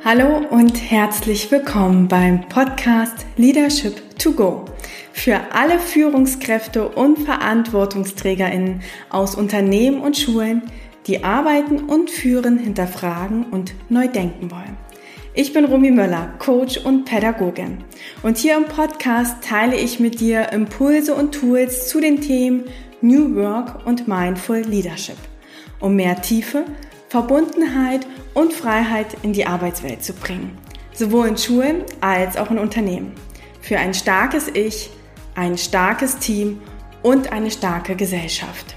Hallo und herzlich willkommen beim Podcast Leadership to Go für alle Führungskräfte und VerantwortungsträgerInnen aus Unternehmen und Schulen, die arbeiten und führen, hinterfragen und neu denken wollen. Ich bin Romy Möller, Coach und Pädagogin, und hier im Podcast teile ich mit dir Impulse und Tools zu den Themen New Work und Mindful Leadership, um mehr Tiefe, Verbundenheit und Freiheit in die Arbeitswelt zu bringen, sowohl in Schulen als auch in Unternehmen. Für ein starkes Ich, ein starkes Team und eine starke Gesellschaft.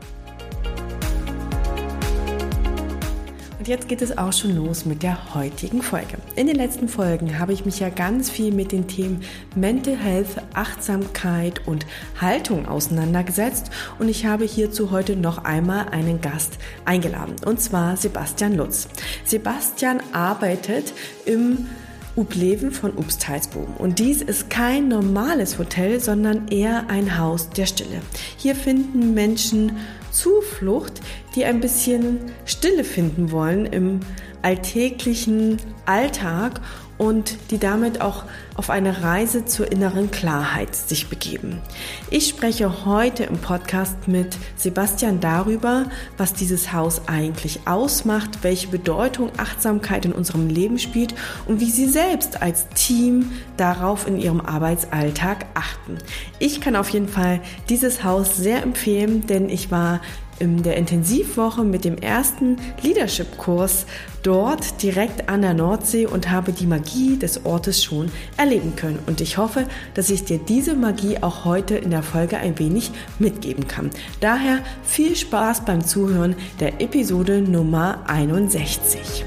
Und jetzt geht es auch schon los mit der heutigen Folge. In den letzten Folgen habe ich mich ja ganz viel mit den Themen Mental Health, Achtsamkeit und Haltung auseinandergesetzt, und ich habe hierzu heute noch einmal einen Gast eingeladen, und zwar Sebastian Lutz. Sebastian arbeitet im Upleven von Upstalsboom, und dies ist kein normales Hotel, sondern eher ein Haus der Stille. Hier finden Menschen Zuflucht, die ein bisschen Stille finden wollen im alltäglichen Alltag und die damit auch auf eine Reise zur inneren Klarheit sich begeben. Ich spreche heute im Podcast mit Sebastian darüber, was dieses Haus eigentlich ausmacht, welche Bedeutung Achtsamkeit in unserem Leben spielt und wie Sie selbst als Team darauf in Ihrem Arbeitsalltag achten. Ich kann auf jeden Fall dieses Haus sehr empfehlen, denn ich war in der Intensivwoche mit dem ersten Leadership-Kurs dort direkt an der Nordsee und habe die Magie des Ortes schon erleben können. Und ich hoffe, dass ich dir diese Magie auch heute in der Folge ein wenig mitgeben kann. Daher viel Spaß beim Zuhören der Episode Nummer 61.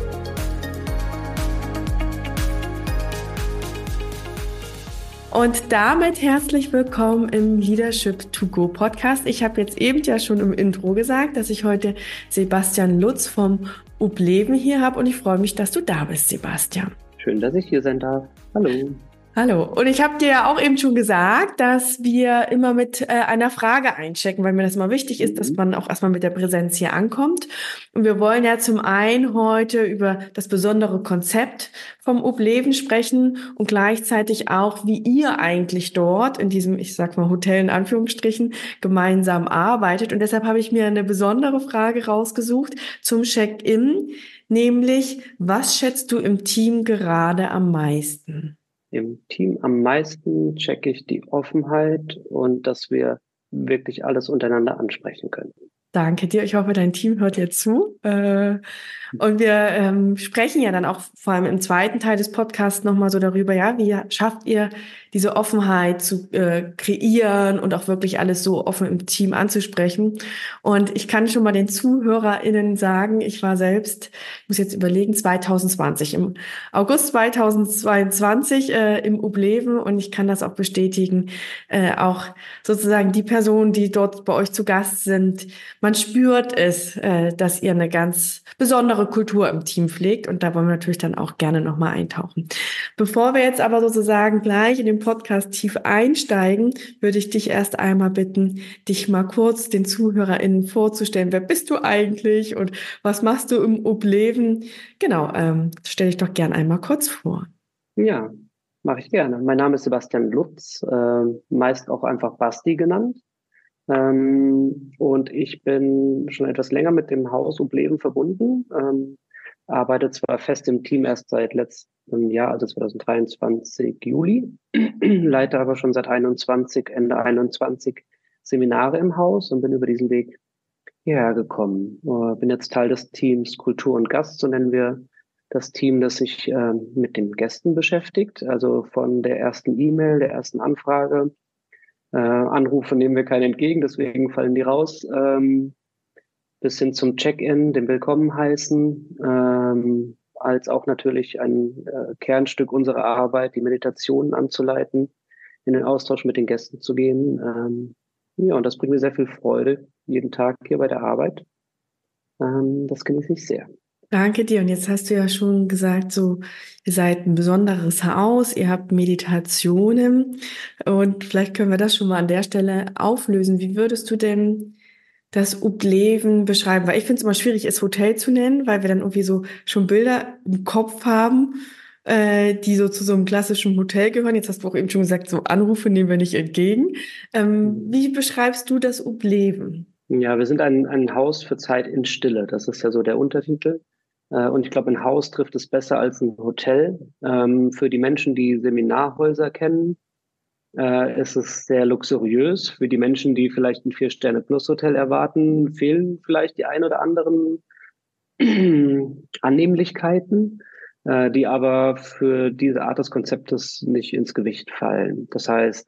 Und damit herzlich willkommen im Leadership to Go Podcast. Ich habe jetzt eben ja schon im Intro gesagt, dass ich heute Sebastian Lutz vom Upleven hier habe, und ich freue mich, dass du da bist, Sebastian. Schön, dass ich hier sein darf. Hallo. Hallo. Und ich habe dir ja auch eben schon gesagt, dass wir immer mit einer Frage einchecken, weil mir das immer wichtig ist, dass man auch erstmal mit der Präsenz hier ankommt. Und wir wollen ja zum einen heute über das besondere Konzept vom Upleven sprechen und gleichzeitig auch, wie ihr eigentlich dort in diesem, ich sag mal, Hotel in Anführungsstrichen, gemeinsam arbeitet. Und deshalb habe ich mir eine besondere Frage rausgesucht zum Check-in, nämlich, was schätzt du im Team gerade am meisten? Im Team am meisten checke ich die Offenheit und dass wir wirklich alles untereinander ansprechen können. Danke dir. Ich hoffe, dein Team hört dir zu. Und wir sprechen ja dann auch vor allem im zweiten Teil des Podcasts nochmal so darüber, ja, wie schafft ihr diese Offenheit zu kreieren und auch wirklich alles so offen im Team anzusprechen. Und ich kann schon mal den ZuhörerInnen sagen, ich war selbst, ich muss jetzt überlegen, 2020, im August 2022 im Upleven, und ich kann das auch bestätigen, auch sozusagen die Personen, die dort bei euch zu Gast sind, man spürt es, dass ihr eine ganz besondere Kultur im Team pflegt, und da wollen wir natürlich dann auch gerne nochmal eintauchen. Bevor wir jetzt aber sozusagen gleich in den Podcast tief einsteigen, würde ich dich erst einmal bitten, dich mal kurz den ZuhörerInnen vorzustellen. Wer bist du eigentlich und was machst du im Upleven? Genau, stell dich doch gern einmal kurz vor. Ja, mache ich gerne. Mein Name ist Sebastian Lutz, meist auch einfach Basti genannt. Und ich bin schon etwas länger mit dem Haus Upleven verbunden, arbeite zwar fest im Team erst seit letztem Jahr, also 2023 Juli, leite aber schon seit Ende 21 Seminare im Haus und bin über diesen Weg hierher gekommen. Bin jetzt Teil des Teams Kultur und Gast, so nennen wir das Team, das sich mit den Gästen beschäftigt, also von der ersten E-Mail, der ersten Anfrage. Anrufe nehmen wir keinen entgegen, deswegen fallen die raus. Bis hin zum Check-in, dem Willkommen heißen, als auch natürlich ein Kernstück unserer Arbeit, die Meditationen anzuleiten, in den Austausch mit den Gästen zu gehen. Ja, und das bringt mir sehr viel Freude, jeden Tag hier bei der Arbeit. Das genieße ich sehr. Danke dir. Und jetzt hast du ja schon gesagt, so, ihr seid ein besonderes Haus, ihr habt Meditationen, und vielleicht können wir das schon mal an der Stelle auflösen. Wie würdest du denn das Ubleven beschreiben? Weil ich finde es immer schwierig, es Hotel zu nennen, weil wir dann irgendwie so schon Bilder im Kopf haben, die so zu so einem klassischen Hotel gehören. Jetzt hast du auch eben schon gesagt, so Anrufe nehmen wir nicht entgegen. Wie beschreibst du das Ubleven? Ja, wir sind ein Haus für Zeit in Stille. Das ist ja so der Untertitel. Und ich glaube, ein Haus trifft es besser als ein Hotel. Für die Menschen, die Seminarhäuser kennen, ist es sehr luxuriös. Für die Menschen, die vielleicht ein Vier-Sterne-Plus-Hotel erwarten, fehlen vielleicht die ein oder anderen Annehmlichkeiten, die aber für diese Art des Konzeptes nicht ins Gewicht fallen. Das heißt,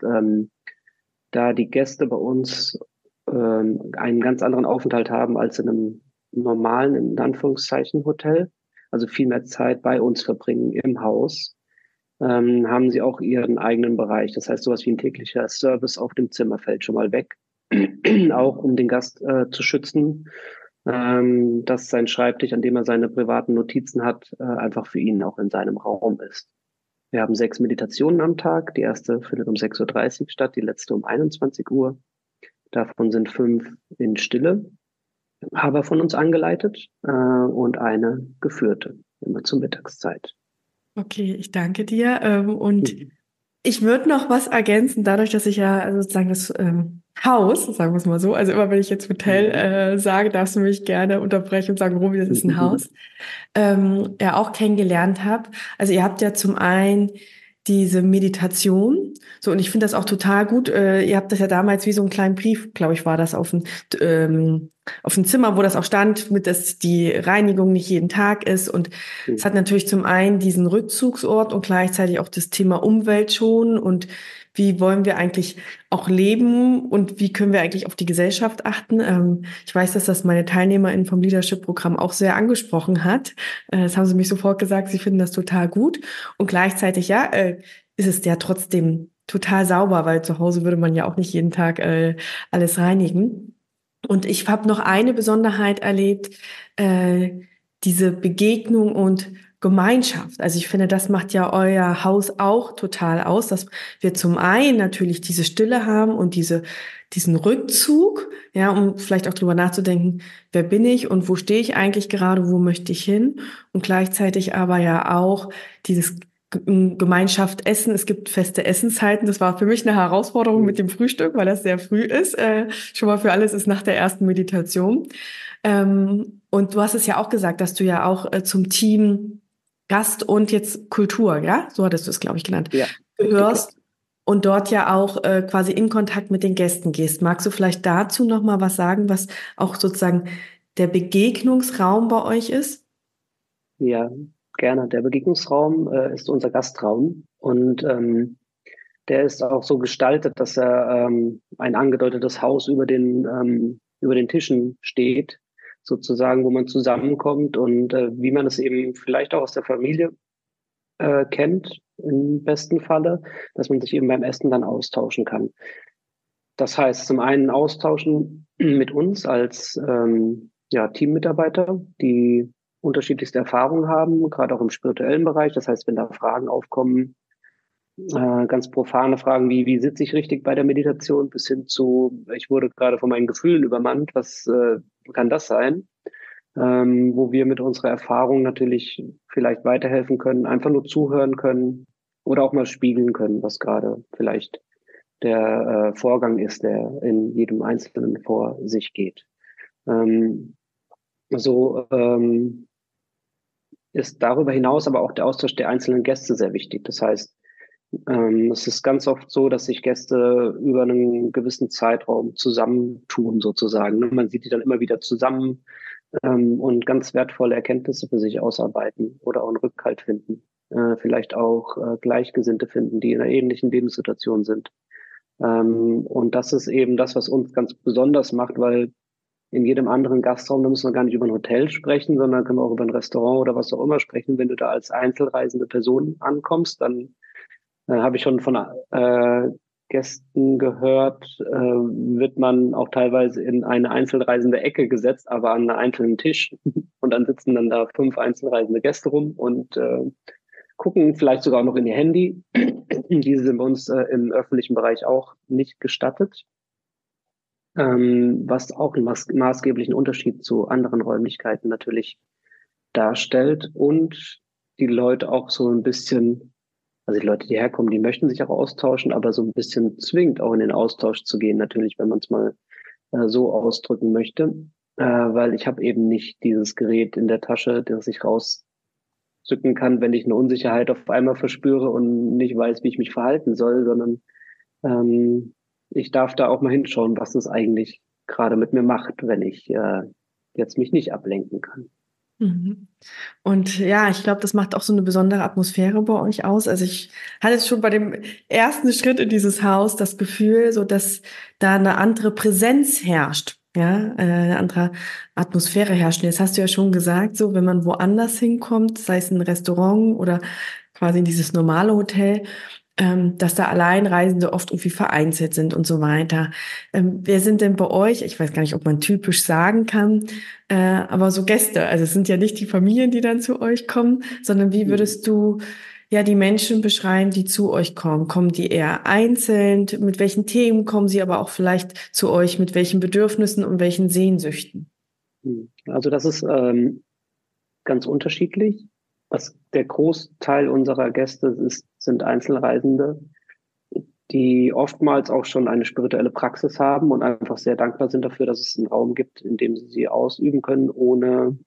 da die Gäste bei uns einen ganz anderen Aufenthalt haben als in einem normalen, in Anführungszeichen, Hotel, also viel mehr Zeit bei uns verbringen im Haus, haben sie auch ihren eigenen Bereich. Das heißt, sowas wie ein täglicher Service auf dem Zimmer fällt schon mal weg, auch um den Gast zu schützen, dass sein Schreibtisch, an dem er seine privaten Notizen hat, einfach für ihn auch in seinem Raum ist. Wir haben 6 Meditationen am Tag. Die erste findet um 6:30 Uhr statt, die letzte um 21 Uhr. Davon sind 5 in Stille, aber von uns angeleitet, und eine geführte, immer zur Mittagszeit. Okay, ich danke dir. Und Mhm. ich würde noch was ergänzen, dadurch, dass ich ja also sozusagen das Haus, sagen wir es mal so, also immer wenn ich jetzt Hotel Mhm. sage, darfst du mich gerne unterbrechen und sagen, Robi, das ist ein Haus, ja auch kennengelernt habe. Also ihr habt ja zum einen diese Meditation, so und ich finde das auch total gut. Ihr habt das ja damals wie so einen kleinen Brief, glaube ich, war das auf dem Zimmer, wo das auch stand, mit dass die Reinigung nicht jeden Tag ist und es hat natürlich zum einen diesen Rückzugsort und gleichzeitig auch das Thema Umwelt schon und wie wollen wir eigentlich auch leben und wie können wir eigentlich auf die Gesellschaft achten. Ich weiß, dass das meine TeilnehmerInnen vom Leadership-Programm auch sehr angesprochen hat. Das haben sie mich sofort gesagt, sie finden das total gut. Und gleichzeitig, ja, ist es ja trotzdem total sauber, weil zu Hause würde man ja auch nicht jeden Tag alles reinigen. Und ich habe noch eine Besonderheit erlebt, äh, diese Begegnung und Gemeinschaft. Also ich finde, das macht ja euer Haus auch total aus, dass wir zum einen natürlich diese Stille haben und diesen Rückzug, ja, um vielleicht auch drüber nachzudenken, wer bin ich und wo stehe ich eigentlich gerade, wo möchte ich hin? Und gleichzeitig aber ja auch dieses Gemeinschaft essen. Es gibt feste Essenszeiten. Das war für mich eine Herausforderung mit dem Frühstück, weil das sehr früh ist. Schon mal für alles ist nach der ersten Meditation. Und du hast es ja auch gesagt, dass du ja auch zum Team Gast und jetzt Kultur, ja, so hattest du es, glaube ich, genannt, Ja, richtig, ja. gehörst und dort ja auch quasi in Kontakt mit den Gästen gehst. Magst du vielleicht dazu noch mal was sagen, was auch sozusagen der Begegnungsraum bei euch ist? Ja, gerne. Der Begegnungsraum ist unser Gastraum und der ist auch so gestaltet, dass er ein angedeutetes Haus über den Tischen steht, sozusagen, wo man zusammenkommt und wie man es eben vielleicht auch aus der Familie kennt, im besten Falle, dass man sich eben beim Essen dann austauschen kann. Das heißt, zum einen austauschen mit uns als ja, Teammitarbeiter, die unterschiedlichste Erfahrungen haben, gerade auch im spirituellen Bereich. Das heißt, wenn da Fragen aufkommen, ganz profane Fragen wie sitze ich richtig bei der Meditation, bis hin zu, ich wurde gerade von meinen Gefühlen übermannt, was kann das sein? Wo wir mit unserer Erfahrung natürlich vielleicht weiterhelfen können, einfach nur zuhören können oder auch mal spiegeln können, was gerade vielleicht der Vorgang ist, der in jedem Einzelnen vor sich geht. Ähm, so ist darüber hinaus aber auch der Austausch der einzelnen Gäste sehr wichtig. Das heißt, es ist ganz oft so, dass sich Gäste über einen gewissen Zeitraum zusammentun, sozusagen. Ne? Man sieht die dann immer wieder zusammen und ganz wertvolle Erkenntnisse für sich ausarbeiten oder auch einen Rückhalt finden. Vielleicht auch Gleichgesinnte finden, die in einer ähnlichen Lebenssituation sind. Und das ist eben das, was uns ganz besonders macht, weil in jedem anderen Gastraum, da müssen wir gar nicht über ein Hotel sprechen, sondern können wir auch über ein Restaurant oder was auch immer sprechen. Wenn du da als einzelreisende Person ankommst, dann habe ich schon von Gästen gehört, wird man auch teilweise in eine einzelreisende Ecke gesetzt, aber an einen einzelnen Tisch. Und dann sitzen dann da 5 einzelreisende Gäste rum und gucken vielleicht sogar auch noch in ihr Handy. Diese sind bei uns im öffentlichen Bereich auch nicht gestattet. was auch einen maßgeblichen Unterschied zu anderen Räumlichkeiten natürlich darstellt und die Leute auch so ein bisschen, also die Leute, die herkommen, die möchten sich auch austauschen, aber so ein bisschen zwingt, auch in den Austausch zu gehen, natürlich, wenn man es mal so ausdrücken möchte, weil ich habe eben nicht dieses Gerät in der Tasche, das ich rauszücken kann, wenn ich eine Unsicherheit auf einmal verspüre und nicht weiß, wie ich mich verhalten soll, sondern ähm, ich darf da auch mal hinschauen, was es eigentlich gerade mit mir macht, wenn ich jetzt mich nicht ablenken kann. Mhm. Und ja, ich glaube, das macht auch so eine besondere Atmosphäre bei euch aus. Also ich hatte schon bei dem ersten Schritt in dieses Haus das Gefühl, so dass da eine andere Präsenz herrscht, ja, eine andere Atmosphäre herrscht. Und jetzt hast du ja schon gesagt, so wenn man woanders hinkommt, sei es ein Restaurant oder quasi in dieses normale Hotel, dass da Alleinreisende oft irgendwie vereinzelt sind und so weiter. Wer sind denn bei euch? Ich weiß gar nicht, ob man typisch sagen kann, aber so Gäste. Also es sind ja nicht die Familien, die dann zu euch kommen, sondern wie Mhm. würdest du ja die Menschen beschreiben, die zu euch kommen? Kommen die eher einzeln? Mit welchen Themen kommen sie aber auch vielleicht zu euch? Mit welchen Bedürfnissen und welchen Sehnsüchten? Also das ist ganz unterschiedlich. Der Großteil unserer Gäste sind Einzelreisende, die oftmals auch schon eine spirituelle Praxis haben und einfach sehr dankbar sind dafür, dass es einen Raum gibt, in dem sie sie ausüben können, ohne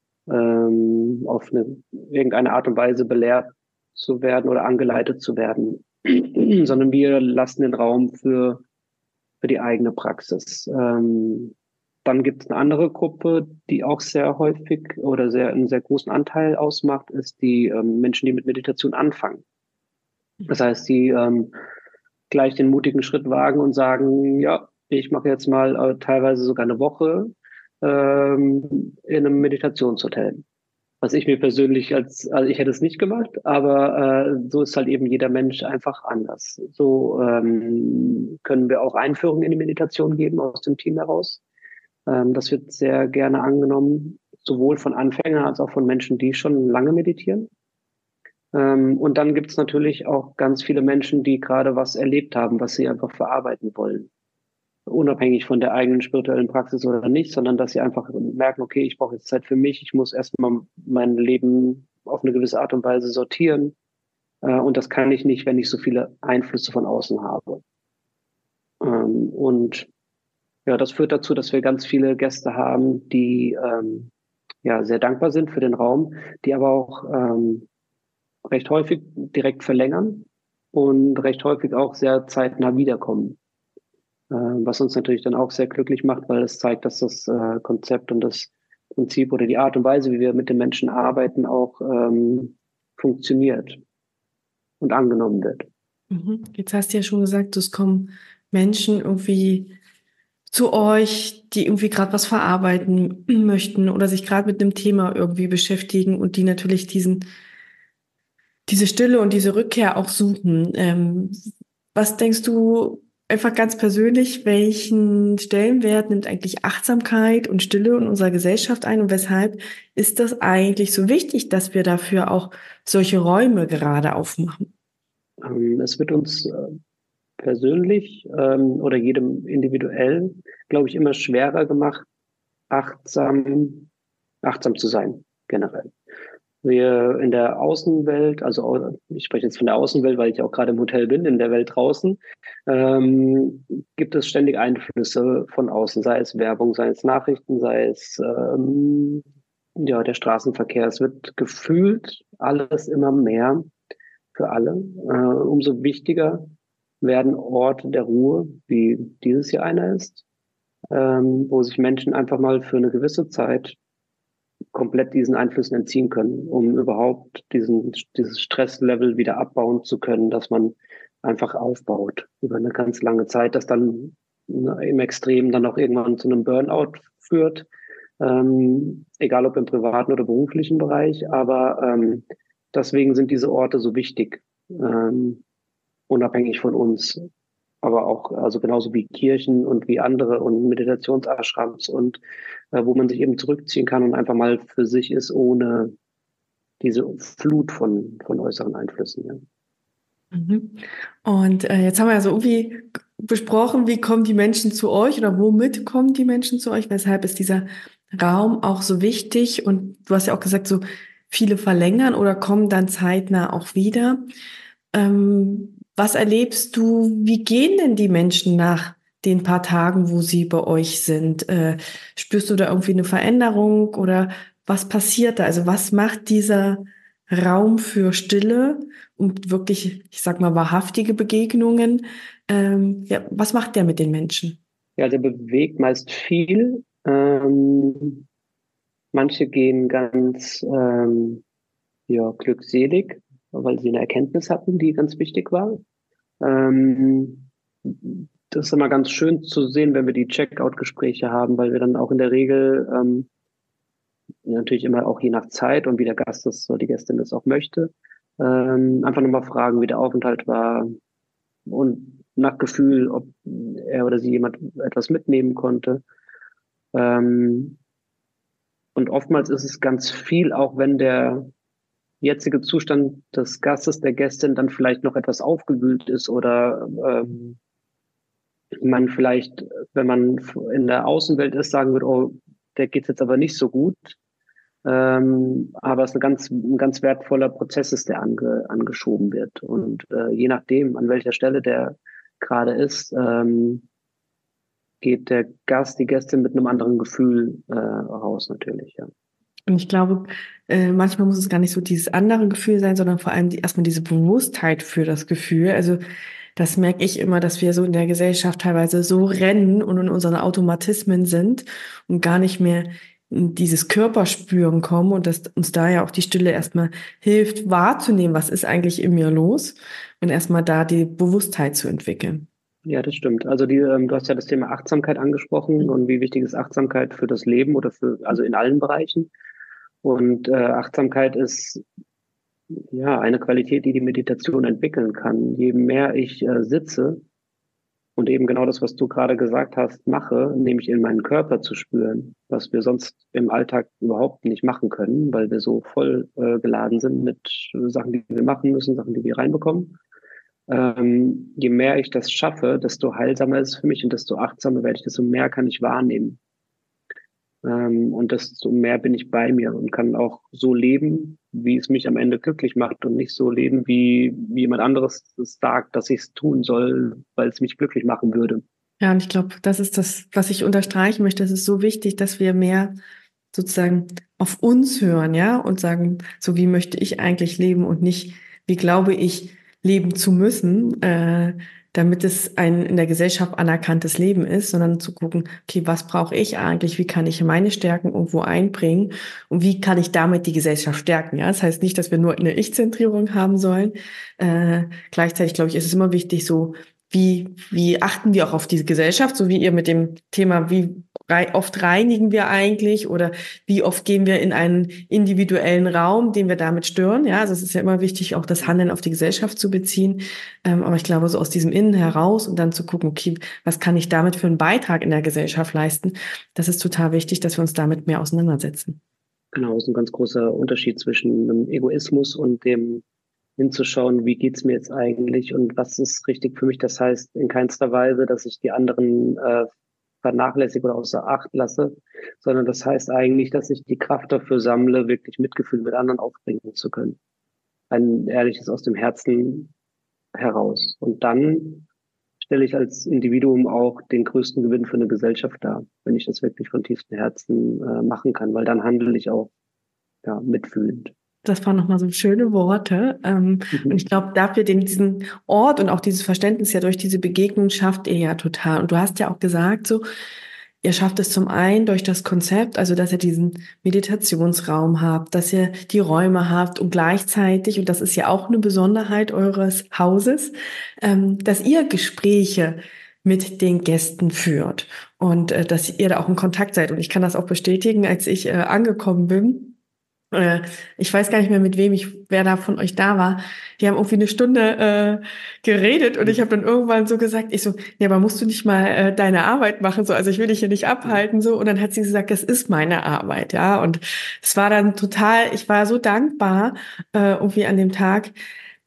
auf irgendeine Art und Weise belehrt zu werden oder angeleitet zu werden, sondern wir lassen den Raum für die eigene Praxis. Dann gibt es eine andere Gruppe, die auch sehr häufig oder einen sehr großen Anteil ausmacht, ist die Menschen, die mit Meditation anfangen. Das heißt, die gleich den mutigen Schritt wagen und sagen, ja, ich mache jetzt mal teilweise sogar eine Woche in einem Meditationshotel. Was ich mir persönlich also ich hätte es nicht gemacht, aber so ist halt eben jeder Mensch einfach anders. So können wir auch Einführungen in die Meditation geben aus dem Team heraus. Das wird sehr gerne angenommen, sowohl von Anfängern als auch von Menschen, die schon lange meditieren. Und dann gibt es natürlich auch ganz viele Menschen, die gerade was erlebt haben, was sie einfach verarbeiten wollen. Unabhängig von der eigenen spirituellen Praxis oder nicht, sondern dass sie einfach merken, okay, ich brauche jetzt Zeit für mich, ich muss erstmal mein Leben auf eine gewisse Art und Weise sortieren. Und das kann ich nicht, wenn ich so viele Einflüsse von außen habe. Und ja, das führt dazu, dass wir ganz viele Gäste haben, die ja sehr dankbar sind für den Raum, die aber auch recht häufig direkt verlängern und recht häufig auch sehr zeitnah wiederkommen. Was uns natürlich dann auch sehr glücklich macht, weil es zeigt, dass das Konzept und das Prinzip oder die Art und Weise, wie wir mit den Menschen arbeiten, auch funktioniert und angenommen wird. Mhm. Jetzt hast du ja schon gesagt, es kommen Menschen irgendwie zu euch, die irgendwie gerade was verarbeiten möchten oder sich gerade mit einem Thema irgendwie beschäftigen und die natürlich diese Stille und diese Rückkehr auch suchen. Was denkst du einfach ganz persönlich, welchen Stellenwert nimmt eigentlich Achtsamkeit und Stille in unserer Gesellschaft ein und weshalb ist das eigentlich so wichtig, dass wir dafür auch solche Räume gerade aufmachen? Es wird uns persönlich oder jedem individuell, glaube ich, immer schwerer gemacht, achtsam zu sein, generell. Wir in der Außenwelt, also ich spreche jetzt von der Außenwelt, weil ich auch gerade im Hotel bin, in der Welt draußen, gibt es ständig Einflüsse von außen, sei es Werbung, sei es Nachrichten, sei es ja, der Straßenverkehr. Es wird gefühlt alles immer mehr für alle. Umso wichtiger werden Orte der Ruhe, wie dieses hier einer ist, wo sich Menschen einfach mal für eine gewisse Zeit komplett diesen Einflüssen entziehen können, um überhaupt dieses Stresslevel wieder abbauen zu können, dass man einfach aufbaut über eine ganz lange Zeit, das dann im Extrem dann auch irgendwann zu einem Burnout führt, egal ob im privaten oder beruflichen Bereich, aber deswegen sind diese Orte so wichtig, unabhängig von uns, aber auch, also genauso wie Kirchen und wie andere und Meditationsashrams und wo man sich eben zurückziehen kann und einfach mal für sich ist, ohne diese Flut von äußeren Einflüssen. Ja. Mhm. Und jetzt haben wir ja so irgendwie besprochen, wie kommen die Menschen zu euch oder womit kommen die Menschen zu euch? Weshalb ist dieser Raum auch so wichtig? Und du hast ja auch gesagt, so viele verlängern oder kommen dann zeitnah auch wieder. Was erlebst du? Wie gehen denn die Menschen nach den paar Tagen, wo sie bei euch sind? Spürst du da irgendwie eine Veränderung oder was passiert da? Also was macht dieser Raum für Stille und wirklich, ich sag mal, wahrhaftige Begegnungen? Ja, was macht der mit den Menschen? Ja, der bewegt meist viel. Manche gehen ganz ja, glückselig, weil sie eine Erkenntnis hatten, die ganz wichtig war. Ähm, Das ist immer ganz schön zu sehen, wenn wir die Checkout-Gespräche haben, weil wir dann auch in der Regel natürlich immer auch je nach Zeit und wie der Gast das oder die Gästin das auch möchte, einfach nochmal fragen, wie der Aufenthalt war und nach Gefühl, ob er oder sie jemand etwas mitnehmen konnte. Ähm, und oftmals ist es ganz viel, auch wenn der jetzige Zustand des Gastes, der Gästin dann vielleicht noch etwas aufgewühlt ist oder man vielleicht, wenn man in der Außenwelt ist, sagen würde, oh, der geht's jetzt aber nicht so gut. Aber es ein ganz wertvoller Prozess ist, der angeschoben wird. Und je nachdem, an welcher Stelle der gerade ist, geht der Gast, die Gästin mit einem anderen Gefühl raus natürlich, ja. Und ich glaube, manchmal muss es gar nicht so dieses andere Gefühl sein, sondern vor allem erstmal diese Bewusstheit für das Gefühl. Also das merke ich immer, dass wir so in der Gesellschaft teilweise so rennen und in unseren Automatismen sind und gar nicht mehr in dieses Körperspüren kommen und dass uns da ja auch die Stille erstmal hilft, wahrzunehmen, was ist eigentlich in mir los und erstmal da die Bewusstheit zu entwickeln. Ja, das stimmt. Also du hast ja das Thema Achtsamkeit angesprochen und wie wichtig ist Achtsamkeit für das Leben oder also in allen Bereichen. Und Achtsamkeit ist ja eine Qualität, die die Meditation entwickeln kann. Je mehr ich sitze und eben genau das, was du gerade gesagt hast, mache, nämlich in meinen Körper zu spüren, was wir sonst im Alltag überhaupt nicht machen können, weil wir so voll geladen sind mit Sachen, die wir machen müssen, Sachen, die wir reinbekommen. Je mehr ich das schaffe, desto heilsamer ist es für mich und desto achtsamer werde ich, desto mehr kann ich wahrnehmen. Und desto mehr bin ich bei mir und kann auch so leben, wie es mich am Ende glücklich macht und nicht so leben, wie jemand anderes es sagt, dass ich es tun soll, weil es mich glücklich machen würde. Ja, und ich glaube, das ist das, was ich unterstreichen möchte. Es ist so wichtig, dass wir mehr sozusagen auf uns hören, ja, und sagen, so wie möchte ich eigentlich leben und nicht, wie glaube ich, leben zu müssen, damit es ein in der Gesellschaft anerkanntes Leben ist, sondern zu gucken, okay, was brauche ich eigentlich? Wie kann ich meine Stärken irgendwo einbringen? Und wie kann ich damit die Gesellschaft stärken? Ja, das heißt nicht, dass wir nur eine Ich-Zentrierung haben sollen. Gleichzeitig, glaube ich, ist es immer wichtig, so wie achten wir auch auf diese Gesellschaft, so wie ihr mit dem Thema, wie oft reinigen wir eigentlich oder wie oft gehen wir in einen individuellen Raum, den wir damit stören. Ja, also es ist ja immer wichtig, auch das Handeln auf die Gesellschaft zu beziehen. Aber ich glaube, so aus diesem Innen heraus und dann zu gucken, okay, was kann ich damit für einen Beitrag in der Gesellschaft leisten? Das ist total wichtig, dass wir uns damit mehr auseinandersetzen. Genau, das ist ein ganz großer Unterschied zwischen dem Egoismus und dem hinzuschauen, wie geht's mir jetzt eigentlich und was ist richtig für mich. Das heißt in keinster Weise, dass ich die anderen vernachlässige oder außer Acht lasse, sondern das heißt eigentlich, dass ich die Kraft dafür sammle, wirklich Mitgefühl mit anderen aufbringen zu können. Ein ehrliches aus dem Herzen heraus. Und dann stelle ich als Individuum auch den größten Gewinn für eine Gesellschaft dar, wenn ich das wirklich von tiefstem Herzen machen kann, weil dann handle ich auch ja, mitfühlend. Das waren nochmal so schöne Worte. Und ich glaube, dafür diesen Ort und auch dieses Verständnis ja durch diese Begegnung schafft ihr ja total. Und du hast ja auch gesagt, so, ihr schafft es zum einen durch das Konzept, also dass ihr diesen Meditationsraum habt, dass ihr die Räume habt und gleichzeitig, und das ist ja auch eine Besonderheit eures Hauses, dass ihr Gespräche mit den Gästen führt und dass ihr da auch in Kontakt seid. Und ich kann das auch bestätigen, als ich angekommen bin. Ich weiß gar nicht mehr, wer da von euch da war. Die haben irgendwie eine Stunde geredet und ich habe dann irgendwann so gesagt, ich so, ja, aber musst du nicht mal deine Arbeit machen? So, also ich will dich hier nicht abhalten so. Und dann hat sie gesagt, das ist meine Arbeit, ja. Und es war dann total, ich war so dankbar irgendwie an dem Tag,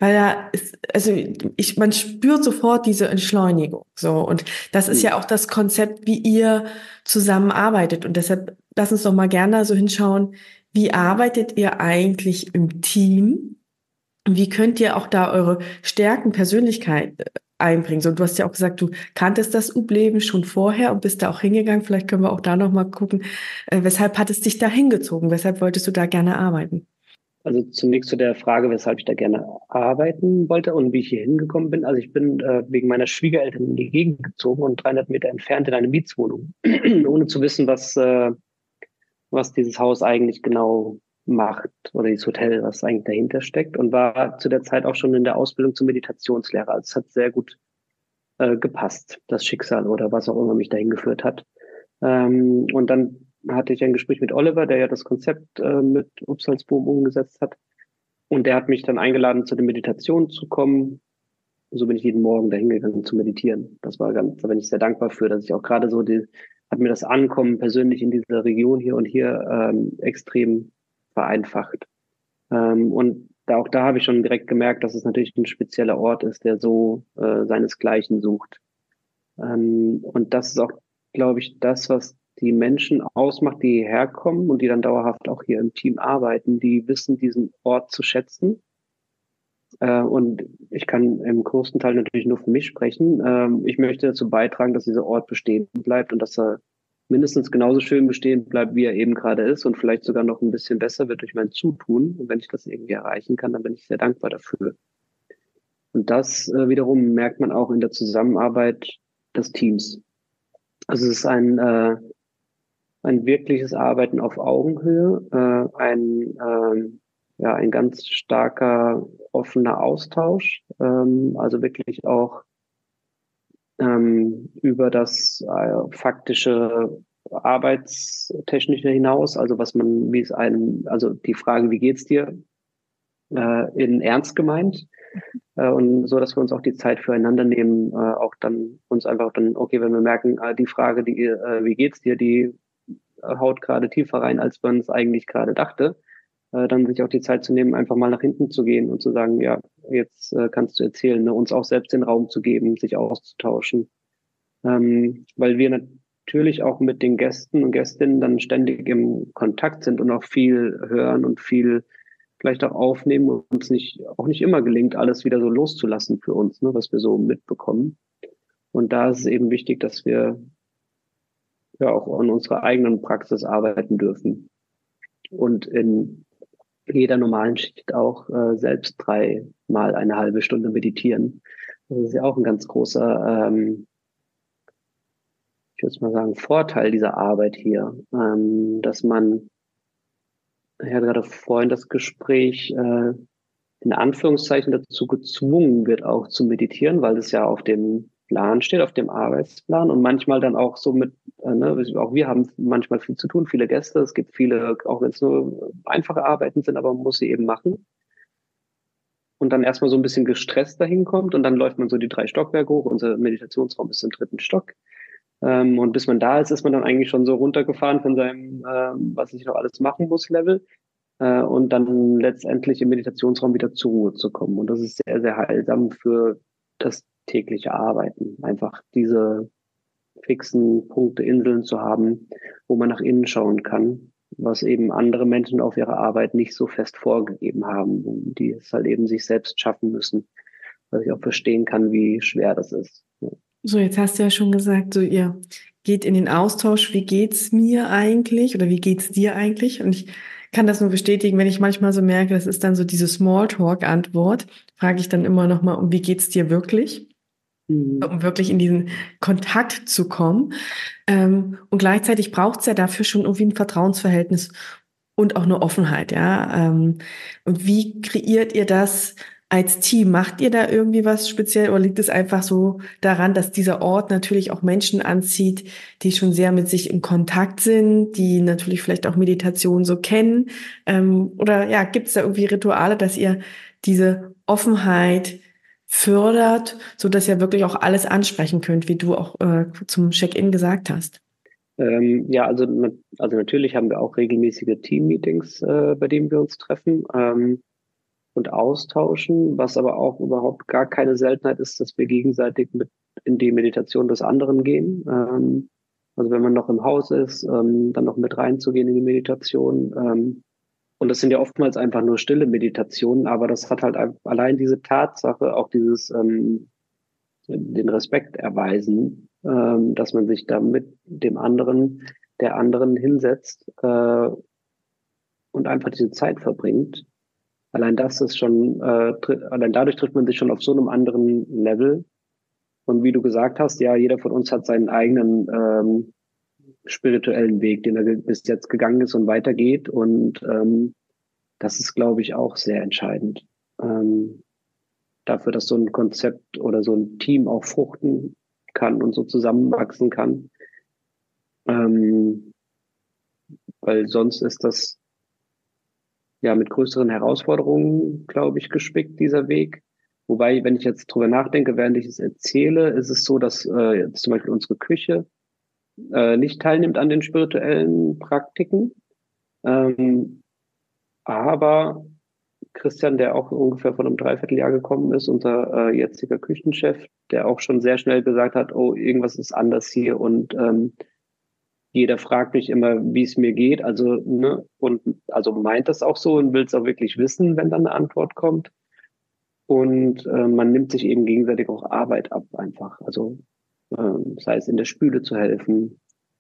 weil da ist, also man spürt sofort diese Entschleunigung, so. Und das ist ja auch das Konzept, wie ihr zusammenarbeitet. Und deshalb lass uns doch mal gerne so hinschauen, wie arbeitet ihr eigentlich im Team? Und wie könnt ihr auch da eure Stärken, Persönlichkeit einbringen? So, du hast ja auch gesagt, du kanntest das U-Leben schon vorher und bist da auch hingegangen. Vielleicht können wir auch da noch mal gucken, weshalb hat es dich da hingezogen? Weshalb wolltest du da gerne arbeiten? Also zunächst zu der Frage, weshalb ich da gerne arbeiten wollte und wie ich hier hingekommen bin. Also ich bin wegen meiner Schwiegereltern in die Gegend gezogen und 300 Meter entfernt in eine Mietswohnung, ohne zu wissen, was dieses Haus eigentlich genau macht oder dieses Hotel, was eigentlich dahinter steckt, und war zu der Zeit auch schon in der Ausbildung zum Meditationslehrer. Also es hat sehr gut gepasst, das Schicksal oder was auch immer mich dahin geführt hat. Und dann hatte ich ein Gespräch mit Oliver, der ja das Konzept mit Upsalzboom umgesetzt hat. Und der hat mich dann eingeladen, zu den Meditationen zu kommen. So bin ich jeden Morgen dahin gegangen zu meditieren. Da bin ich sehr dankbar für, dass ich auch gerade hat mir das Ankommen persönlich in dieser Region hier und hier extrem vereinfacht. Und auch da habe ich schon direkt gemerkt, dass es natürlich ein spezieller Ort ist, der so seinesgleichen sucht. Und das ist auch, glaube ich, das, was die Menschen ausmacht, die hierher kommen und die dann dauerhaft auch hier im Team arbeiten. Die wissen, diesen Ort zu schätzen. Und ich kann im größten Teil natürlich nur für mich sprechen. Ich möchte dazu beitragen, dass dieser Ort bestehen bleibt und dass er mindestens genauso schön bestehen bleibt, wie er eben gerade ist und vielleicht sogar noch ein bisschen besser wird durch mein Zutun. Und wenn ich das irgendwie erreichen kann, dann bin ich sehr dankbar dafür. Und das wiederum merkt man auch in der Zusammenarbeit des Teams. Also es ist ein wirkliches Arbeiten auf Augenhöhe, ein ganz starker, offener Austausch, also wirklich auch über das faktische Arbeitstechnische hinaus, also also die Frage, wie geht's dir, in ernst gemeint, und so, dass wir uns auch die Zeit füreinander nehmen, auch dann uns einfach dann, okay, wenn wir merken, die Frage, wie geht's dir, die haut gerade tiefer rein, als man es eigentlich gerade dachte, dann sich auch die Zeit zu nehmen, einfach mal nach hinten zu gehen und zu sagen, ja, jetzt kannst du erzählen, ne, uns auch selbst den Raum zu geben, sich auszutauschen, weil wir natürlich auch mit den Gästen und Gästinnen dann ständig im Kontakt sind und auch viel hören und viel vielleicht auch aufnehmen und uns auch nicht immer gelingt, alles wieder so loszulassen für uns, ne, was wir so mitbekommen. Und da ist es eben wichtig, dass wir ja auch an unserer eigenen Praxis arbeiten dürfen und in jeder normalen Schicht auch selbst 3-mal eine halbe Stunde meditieren. Das ist ja auch ein ganz großer, ich würde mal sagen, Vorteil dieser Arbeit hier, dass man, ich hatte gerade vorhin das Gespräch, in Anführungszeichen dazu gezwungen wird, auch zu meditieren, weil es ja auf dem Plan steht, auf dem Arbeitsplan, und manchmal dann auch so auch wir haben manchmal viel zu tun, viele Gäste, es gibt viele, auch wenn es nur einfache Arbeiten sind, aber man muss sie eben machen. Und dann erstmal so ein bisschen gestresst dahin kommt und dann läuft man so die 3 Stockwerke hoch, unser Meditationsraum ist im 3. Stock. Und bis man da ist man dann eigentlich schon so runtergefahren von seinem, was ich noch alles machen muss, Level, und dann letztendlich im Meditationsraum wieder zur Ruhe zu kommen. Und das ist sehr, sehr heilsam für das tägliche Arbeiten. Einfach diese fixen Punkte, Inseln zu haben, wo man nach innen schauen kann, was eben andere Menschen auf ihrer Arbeit nicht so fest vorgegeben haben, die es halt eben sich selbst schaffen müssen, was ich auch verstehen kann, wie schwer das ist. Ja. So, jetzt hast du ja schon gesagt, so ihr geht in den Austausch, wie geht's mir eigentlich oder wie geht's dir eigentlich? Und ich kann das nur bestätigen, wenn ich manchmal so merke, das ist dann so diese Smalltalk-Antwort, frage ich dann immer noch mal, um wie geht's dir wirklich? Um wirklich in diesen Kontakt zu kommen. Und gleichzeitig braucht es ja dafür schon irgendwie ein Vertrauensverhältnis und auch eine Offenheit, ja. Und wie kreiert ihr das als Team? Macht ihr da irgendwie was speziell oder liegt es einfach so daran, dass dieser Ort natürlich auch Menschen anzieht, die schon sehr mit sich im Kontakt sind, die natürlich vielleicht auch Meditation so kennen? Oder ja, gibt es da irgendwie Rituale, dass ihr diese Offenheit fördert, so dass ihr wirklich auch alles ansprechen könnt, wie du auch zum Check-in gesagt hast? Ja, also natürlich haben wir auch regelmäßige Team-Meetings, bei denen wir uns treffen. und austauschen, was aber auch überhaupt gar keine Seltenheit ist, dass wir gegenseitig mit in die Meditation des anderen gehen. Also wenn man noch im Haus ist, dann noch mit reinzugehen in die Meditation. Und das sind ja oftmals einfach nur stille Meditationen, aber das hat halt allein diese Tatsache, auch dieses den Respekt erweisen, dass man sich da mit dem anderen, der anderen hinsetzt und einfach diese Zeit verbringt. Allein das ist schon, allein dadurch trifft man sich schon auf so einem anderen Level. Und wie du gesagt hast, ja, jeder von uns hat seinen eigenen spirituellen Weg, den er bis jetzt gegangen ist und weitergeht. Und das ist, glaube ich, auch sehr entscheidend. Dafür, dass so ein Konzept oder so ein Team auch fruchten kann und so zusammenwachsen kann. Weil sonst ist das ja mit größeren Herausforderungen, glaube ich, gespickt, dieser Weg. Wobei, wenn ich jetzt drüber nachdenke, während ich es erzähle, ist es so, dass jetzt zum Beispiel unsere Küche nicht teilnimmt an den spirituellen Praktiken. Aber Christian, der auch ungefähr vor einem Dreivierteljahr gekommen ist, unser jetziger Küchenchef, der auch schon sehr schnell gesagt hat, oh, irgendwas ist anders hier und jeder fragt mich immer, wie es mir geht, also ne, und also meint das auch so und will es auch wirklich wissen, wenn dann eine Antwort kommt. Und man nimmt sich eben gegenseitig auch Arbeit ab einfach, also sei es in der Spüle zu helfen,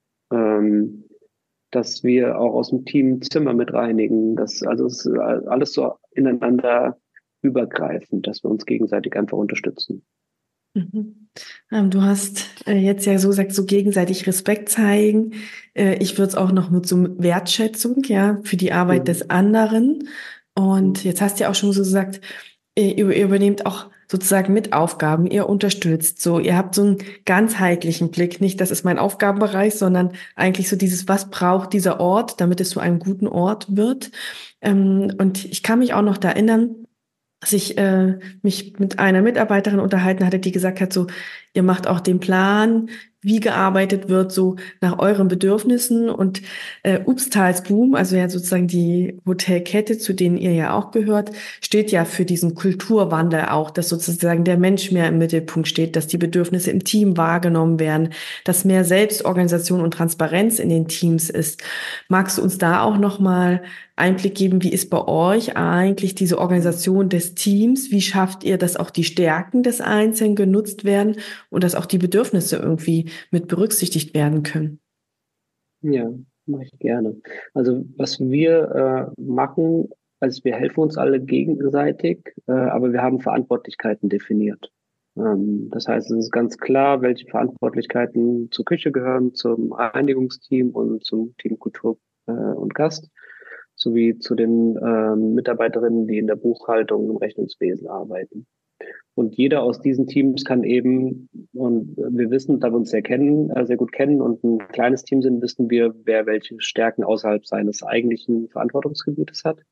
dass wir auch aus dem Team Zimmer mit reinigen, also es ist alles so ineinander übergreifend, dass wir uns gegenseitig einfach unterstützen. Mhm. Du hast jetzt ja so gesagt, so gegenseitig Respekt zeigen. Ich würde es auch noch mit so Wertschätzung, ja, für die Arbeit des Mhm. anderen. Und jetzt hast du ja auch schon so gesagt, ihr übernehmt auch sozusagen mit Aufgaben, ihr unterstützt so, ihr habt so einen ganzheitlichen Blick, nicht, das ist mein Aufgabenbereich, sondern eigentlich so dieses, was braucht dieser Ort, damit es zu einem guten Ort wird. Und ich kann mich auch noch da erinnern, dass ich mich mit einer Mitarbeiterin unterhalten hatte, die gesagt hat, so, ihr macht auch den Plan, wie gearbeitet wird, so nach euren Bedürfnissen und Upstalsboom, also ja sozusagen die Hotelkette, zu denen ihr ja auch gehört, steht ja für diesen Kulturwandel auch, dass sozusagen der Mensch mehr im Mittelpunkt steht, dass die Bedürfnisse im Team wahrgenommen werden, dass mehr Selbstorganisation und Transparenz in den Teams ist. Magst du uns da auch nochmal Einblick geben, wie ist bei euch eigentlich diese Organisation des Teams? Wie schafft ihr, dass auch die Stärken des Einzelnen genutzt werden und dass auch die Bedürfnisse irgendwie mit berücksichtigt werden können? Ja, mache ich gerne. Also was wir machen, also wir helfen uns alle gegenseitig, aber wir haben Verantwortlichkeiten definiert. Das heißt, es ist ganz klar, welche Verantwortlichkeiten zur Küche gehören, zum Reinigungsteam und zum Team Kultur und Gast, sowie zu den Mitarbeiterinnen, die in der Buchhaltung und im Rechnungswesen arbeiten. Und jeder aus diesen Teams kann eben, und wir wissen, da wir uns sehr kennen, sehr gut kennen und ein kleines Team sind, wissen wir, wer welche Stärken außerhalb seines eigentlichen Verantwortungsgebietes hat.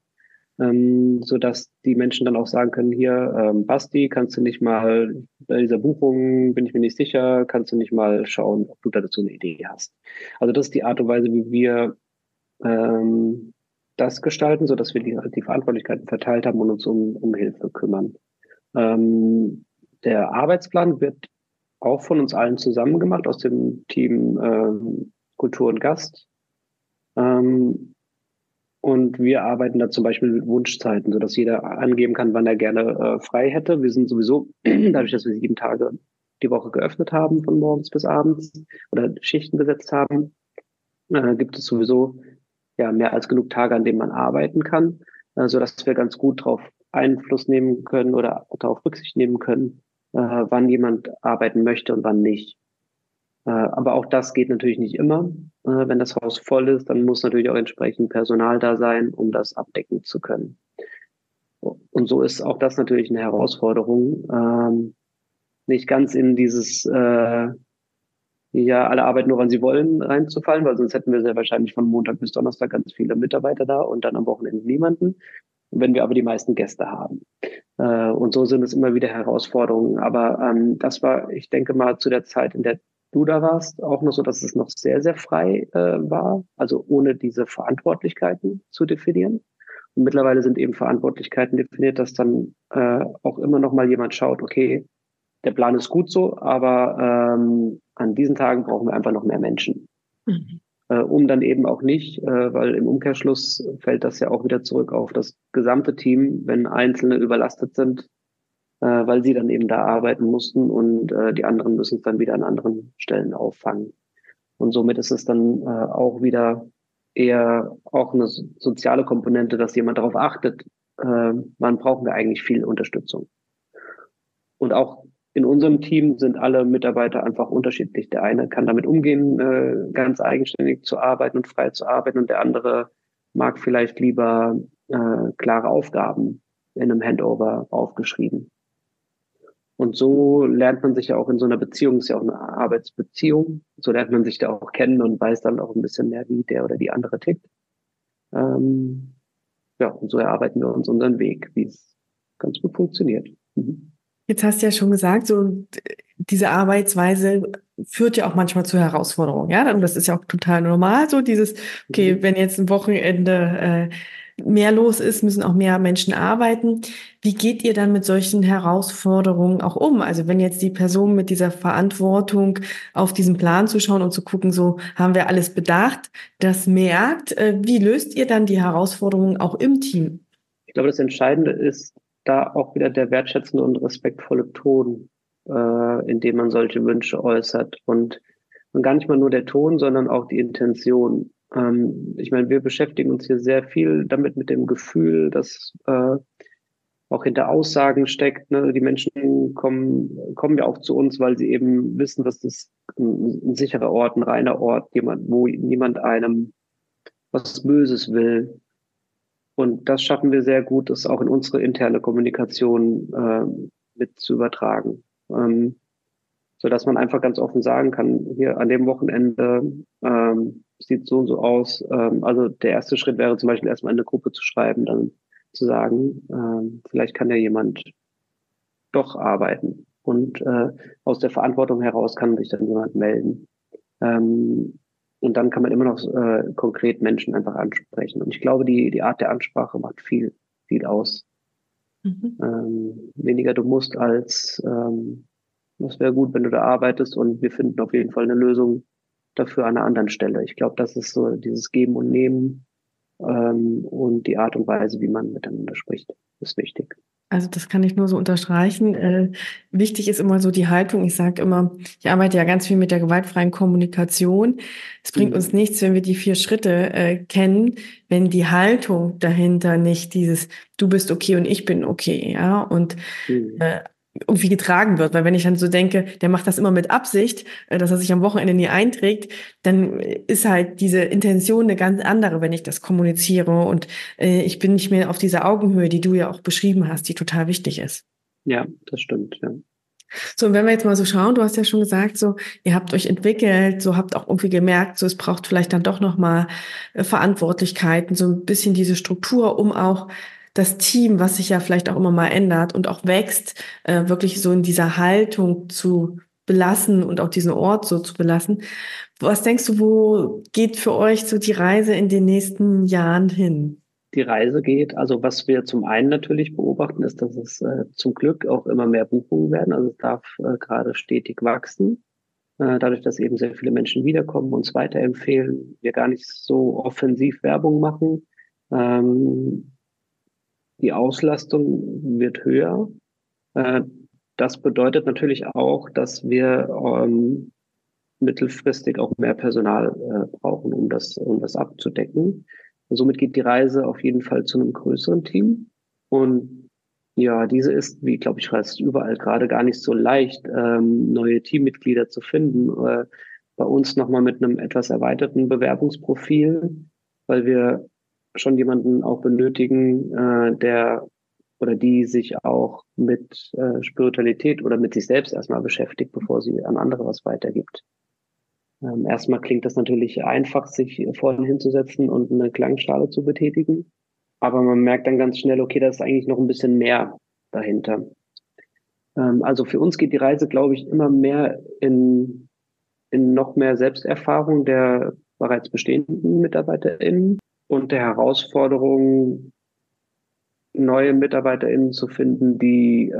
Sodass die Menschen dann auch sagen können, hier, Basti, kannst du nicht mal, bei dieser Buchung bin ich mir nicht sicher, kannst du nicht mal schauen, ob du dazu eine Idee hast. Also das ist die Art und Weise, wie wir das gestalten, sodass wir die Verantwortlichkeiten verteilt haben und uns um Hilfe kümmern. Der Arbeitsplan wird auch von uns allen zusammen gemacht, aus dem Team Kultur und Gast. Und wir arbeiten da zum Beispiel mit Wunschzeiten, sodass jeder angeben kann, wann er gerne frei hätte. Wir sind sowieso, dadurch, dass wir 7 Tage die Woche geöffnet haben, von morgens bis abends oder Schichten besetzt haben, gibt es sowieso ja mehr als genug Tage, an denen man arbeiten kann, sodass wir ganz gut darauf Einfluss nehmen können oder darauf Rücksicht nehmen können, wann jemand arbeiten möchte und wann nicht. Aber auch das geht natürlich nicht immer. Wenn das Haus voll ist, dann muss natürlich auch entsprechend Personal da sein, um das abdecken zu können. Und so ist auch das natürlich eine Herausforderung, nicht ganz in dieses ja, alle arbeiten nur, wann sie wollen, reinzufallen, weil sonst hätten wir sehr wahrscheinlich von Montag bis Donnerstag ganz viele Mitarbeiter da und dann am Wochenende niemanden. Wenn wir aber die meisten Gäste haben. Und so sind es immer wieder Herausforderungen. Aber das war, ich denke mal, zu der Zeit, in der du da warst, auch noch so, dass es noch sehr, sehr frei war, also ohne diese Verantwortlichkeiten zu definieren. Und mittlerweile sind eben Verantwortlichkeiten definiert, dass dann auch immer noch mal jemand schaut, okay, der Plan ist gut so, aber an diesen Tagen brauchen wir einfach noch mehr Menschen. Mhm. Um dann eben auch nicht, weil im Umkehrschluss fällt das ja auch wieder zurück auf das gesamte Team, wenn Einzelne überlastet sind, weil sie dann eben da arbeiten mussten und die anderen müssen es dann wieder an anderen Stellen auffangen. Und somit ist es dann auch wieder eher auch eine soziale Komponente, dass jemand darauf achtet, wann brauchen wir eigentlich viel Unterstützung. Und auch in unserem Team sind alle Mitarbeiter einfach unterschiedlich. Der eine kann damit umgehen, ganz eigenständig zu arbeiten und frei zu arbeiten, und der andere mag vielleicht lieber klare Aufgaben in einem Handover aufgeschrieben. Und so lernt man sich ja auch in so einer Beziehung, ist ja auch eine Arbeitsbeziehung, so lernt man sich da auch kennen und weiß dann auch ein bisschen mehr, wie der oder die andere tickt. Ja, und so erarbeiten wir uns unseren Weg, wie es ganz gut funktioniert. Mhm. Jetzt hast du ja schon gesagt, so diese Arbeitsweise führt ja auch manchmal zu Herausforderungen, ja? Und das ist ja auch total normal, so dieses, okay, wenn jetzt ein Wochenende mehr los ist, müssen auch mehr Menschen arbeiten. Wie geht ihr dann mit solchen Herausforderungen auch um? Also wenn jetzt die Person mit dieser Verantwortung auf diesen Plan zu schauen und zu gucken, so haben wir alles bedacht, das merkt, wie löst ihr dann die Herausforderungen auch im Team? Ich glaube, das Entscheidende ist da auch wieder der wertschätzende und respektvolle Ton, in dem man solche Wünsche äußert. Und gar nicht mal nur der Ton, sondern auch die Intention. Ich meine, wir beschäftigen uns hier sehr viel damit, mit dem Gefühl, dass auch hinter Aussagen steckt. Ne? Die Menschen kommen ja auch zu uns, weil sie eben wissen, dass das ein sicherer Ort, ein reiner Ort, wo niemand einem was Böses will. Und das schaffen wir sehr gut, das auch in unsere interne Kommunikation mit zu übertragen. So dass man einfach ganz offen sagen kann, hier an dem Wochenende sieht so und so aus. Also der erste Schritt wäre zum Beispiel erstmal in eine Gruppe zu schreiben, dann zu sagen, vielleicht kann ja jemand doch arbeiten. Und aus der Verantwortung heraus kann sich dann jemand melden. Und dann kann man immer noch konkret Menschen einfach ansprechen. Und ich glaube, die Art der Ansprache macht viel, viel aus. Mhm. Weniger du musst als das wäre gut, wenn du da arbeitest, und wir finden auf jeden Fall eine Lösung dafür an einer anderen Stelle. Ich glaube, das ist so dieses Geben und Nehmen und die Art und Weise, wie man miteinander spricht, ist wichtig. Also das kann ich nur so unterstreichen. Wichtig ist immer so die Haltung. Ich sage immer, ich arbeite ja ganz viel mit der gewaltfreien Kommunikation. Es bringt uns Mhm. nichts, wenn wir die 4 Schritte kennen, wenn die Haltung dahinter nicht dieses Du bist okay und ich bin okay, ja, und Mhm. äh, irgendwie getragen wird. Weil wenn ich dann so denke, der macht das immer mit Absicht, dass er sich am Wochenende nie einträgt, dann ist halt diese Intention eine ganz andere, wenn ich das kommuniziere. Und ich bin nicht mehr auf dieser Augenhöhe, die du ja auch beschrieben hast, die total wichtig ist. Ja, das stimmt, ja. So, und wenn wir jetzt mal so schauen, du hast ja schon gesagt, so, ihr habt euch entwickelt, so habt auch irgendwie gemerkt, so, es braucht vielleicht dann doch nochmal Verantwortlichkeiten, so ein bisschen diese Struktur, um auch das Team, was sich ja vielleicht auch immer mal ändert und auch wächst, wirklich so in dieser Haltung zu belassen und auch diesen Ort so zu belassen. Was denkst du, wo geht für euch so die Reise in den nächsten Jahren hin? Die Reise geht. Also was wir zum einen natürlich beobachten, ist, dass es zum Glück auch immer mehr Buchungen werden. Also es darf gerade stetig wachsen. Dadurch, dass eben sehr viele Menschen wiederkommen, uns weiterempfehlen, wir gar nicht so offensiv Werbung machen. Die Auslastung wird höher. Äh, Das bedeutet natürlich auch, dass wir mittelfristig auch mehr Personal brauchen, um das abzudecken. Und somit geht die Reise auf jeden Fall zu einem größeren Team. Und ja, diese ist, wie glaube ich, fast überall gerade gar nicht so leicht, neue Teammitglieder zu finden. Bei uns nochmal mit einem etwas erweiterten Bewerbungsprofil, weil wir schon jemanden auch benötigen, der oder die sich auch mit Spiritualität oder mit sich selbst erstmal beschäftigt, bevor sie an andere was weitergibt. Erstmal klingt das natürlich einfach, sich vorhin hinzusetzen und eine Klangschale zu betätigen. Aber man merkt dann ganz schnell, okay, da ist eigentlich noch ein bisschen mehr dahinter. Also für uns geht die Reise, glaube ich, immer mehr in noch mehr Selbsterfahrung der bereits bestehenden MitarbeiterInnen und der Herausforderung, neue MitarbeiterInnen zu finden, die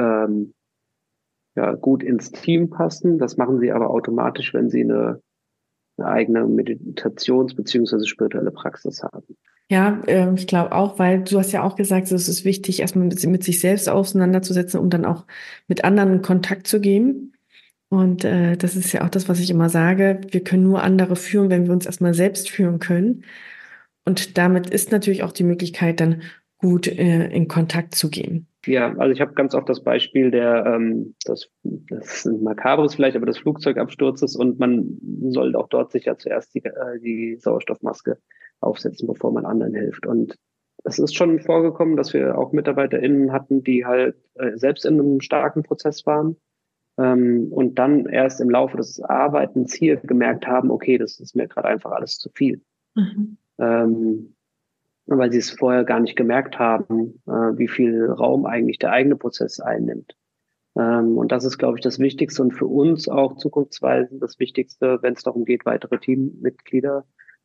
ja, gut ins Team passen. Das machen sie aber automatisch, wenn sie eine eigene Meditations- beziehungsweise spirituelle Praxis haben. Ja, ich glaube auch, weil du hast ja auch gesagt, so, es ist wichtig, erstmal mit sich selbst auseinanderzusetzen, um dann auch mit anderen in Kontakt zu gehen. Und das ist ja auch das, was ich immer sage. Wir können nur andere führen, wenn wir uns erstmal selbst führen können. Und damit ist natürlich auch die Möglichkeit, dann gut in Kontakt zu gehen. Ja, also ich habe ganz oft das Beispiel das ist ein makabres vielleicht, aber des Flugzeugabsturzes, und man soll auch dort sicher zuerst die Sauerstoffmaske aufsetzen, bevor man anderen hilft. Und es ist schon vorgekommen, dass wir auch MitarbeiterInnen hatten, die halt selbst in einem starken Prozess waren, und dann erst im Laufe des Arbeitens hier gemerkt haben, okay, das ist mir gerade einfach alles zu viel. Mhm. Ähm, Weil sie es vorher gar nicht gemerkt haben, wie viel Raum eigentlich der eigene Prozess einnimmt. Und das ist, glaube ich, das Wichtigste und für uns auch zukunftsweisend das Wichtigste, wenn es darum geht, weitere Teammitglieder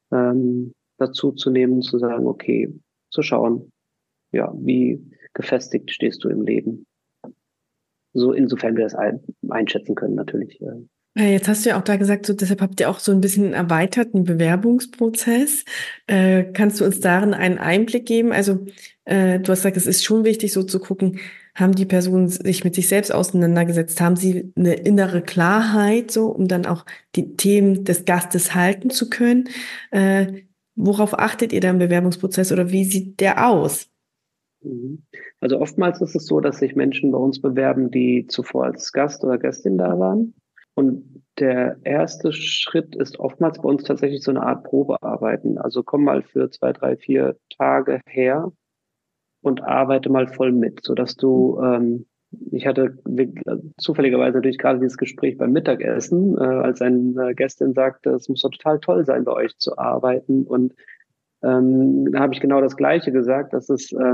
dazu zu nehmen, zu sagen, okay, zu schauen, ja, wie gefestigt stehst du im Leben. So insofern wir das einschätzen können, natürlich. Jetzt hast du ja auch da gesagt, so, deshalb habt ihr auch so ein bisschen einen erweiterten Bewerbungsprozess. Kannst du uns darin einen Einblick geben? Also, du hast gesagt, es ist schon wichtig, so zu gucken, haben die Personen sich mit sich selbst auseinandergesetzt? Haben sie eine innere Klarheit, so, um dann auch die Themen des Gastes halten zu können? Worauf achtet ihr da im Bewerbungsprozess oder wie sieht der aus? Mhm. Also oftmals ist es so, dass sich Menschen bei uns bewerben, die zuvor als Gast oder Gästin da waren. Und der erste Schritt ist oftmals bei uns tatsächlich so eine Art Probearbeiten. Also komm mal für 2, 3, 4 Tage her und arbeite mal voll mit, sodass ich hatte zufälligerweise natürlich gerade dieses Gespräch beim Mittagessen, als eine Gästin sagte, es muss doch total toll sein, bei euch zu arbeiten. Und da habe ich genau das Gleiche gesagt, dass